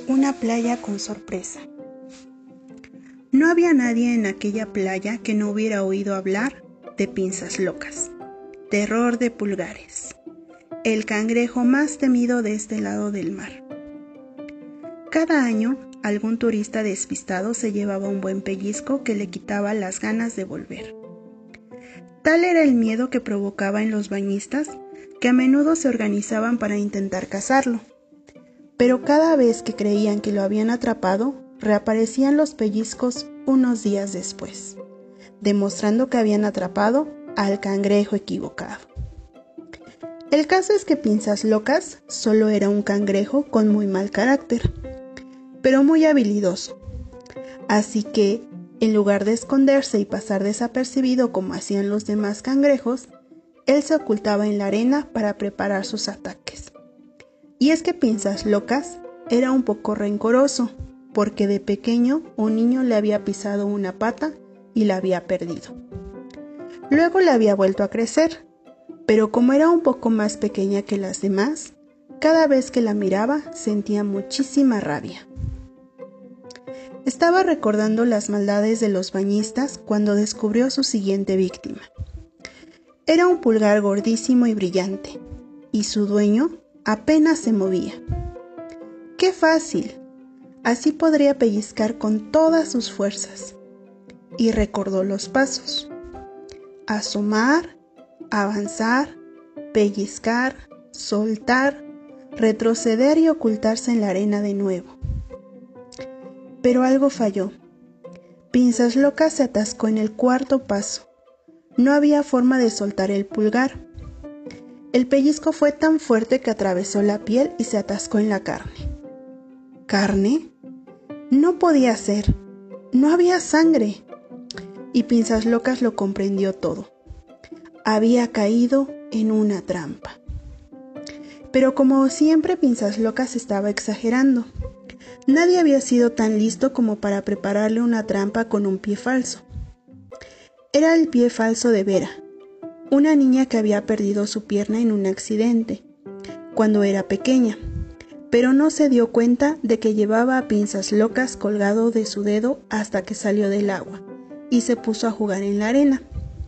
Una playa con sorpresa. No había nadie en aquella playa que no hubiera oído hablar de Pinzas Locas, terror de pulgares, el cangrejo más temido de este lado del mar. Cada año, algún turista despistado se llevaba un buen pellizco que le quitaba las ganas de volver. Tal era el miedo que provocaba en los bañistas que a menudo se organizaban para intentar cazarlo. Pero cada vez que creían que lo habían atrapado, reaparecían los pellizcos unos días después, demostrando que habían atrapado al cangrejo equivocado. El caso es que Pinzas Locas solo era un cangrejo con muy mal carácter, pero muy habilidoso. Así que, en lugar de esconderse y pasar desapercibido como hacían los demás cangrejos, él se ocultaba en la arena para preparar sus ataques. Y es que Pinzas Locas era un poco rencoroso, porque de pequeño un niño le había pisado una pata y la había perdido. Luego le había vuelto a crecer, pero como era un poco más pequeña que las demás, cada vez que la miraba sentía muchísima rabia. Estaba recordando las maldades de los bañistas cuando descubrió su siguiente víctima. Era un pulgar gordísimo y brillante, y su dueño apenas se movía. ¡Qué fácil! Así podría pellizcar con todas sus fuerzas. Y recordó los pasos. Asomar, avanzar, pellizcar, soltar, retroceder y ocultarse en la arena de nuevo. Pero algo falló. Pinzas Locas se atascó en el cuarto paso. No había forma de soltar el pulgar. El pellizco fue tan fuerte que atravesó la piel y se atascó en la carne. ¿Carne? No podía ser. No había sangre. Y Pinzas Locas lo comprendió todo. Había caído en una trampa. Pero como siempre, Pinzas Locas estaba exagerando. Nadie había sido tan listo como para prepararle una trampa con un pie falso. Era el pie falso de Vera, una niña que había perdido su pierna en un accidente cuando era pequeña, pero no se dio cuenta de que llevaba a Pinzas Locas colgado de su dedo hasta que salió del agua y se puso a jugar en la arena.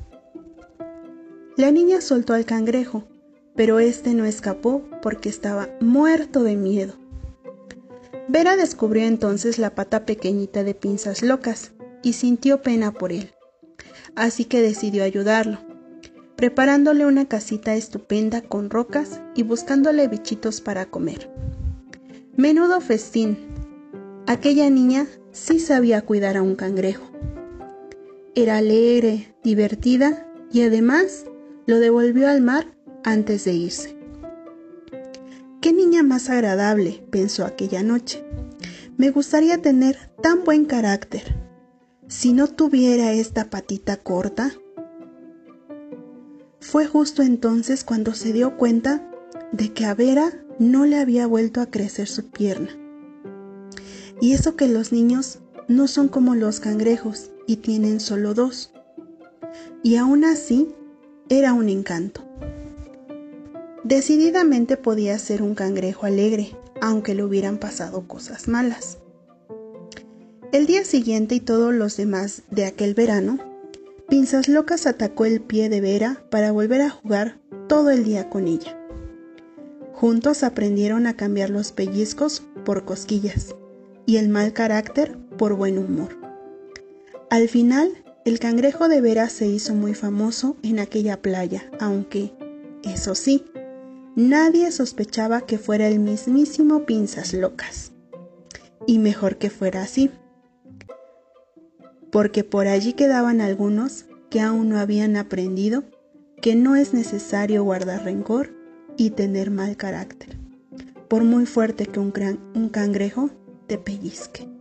La niña soltó al cangrejo, pero este no escapó porque estaba muerto de miedo. Vera descubrió entonces la pata pequeñita de Pinzas Locas y sintió pena por él, así que decidió ayudarlo, preparándole una casita estupenda con rocas y buscándole bichitos para comer. Menudo festín. Aquella niña sí sabía cuidar a un cangrejo. Era alegre, divertida y además lo devolvió al mar antes de irse. ¡Qué niña más agradable!, pensó aquella noche. Me gustaría tener tan buen carácter. Si no tuviera esta patita corta. Fue justo entonces cuando se dio cuenta de que a Vera no le había vuelto a crecer su pierna. Y eso que los niños no son como los cangrejos y tienen solo dos. Y aún así, era un encanto. Decididamente podía ser un cangrejo alegre, aunque le hubieran pasado cosas malas. El día siguiente y todos los demás de aquel verano, Pinzas Locas atacó el pie de Vera para volver a jugar todo el día con ella. Juntos aprendieron a cambiar los pellizcos por cosquillas y el mal carácter por buen humor. Al final, el cangrejo de Vera se hizo muy famoso en aquella playa, aunque, eso sí, nadie sospechaba que fuera el mismísimo Pinzas Locas. Y mejor que fuera así, porque por allí quedaban algunos que aún no habían aprendido que no es necesario guardar rencor y tener mal carácter, por muy fuerte que un cangrejo te pellizque.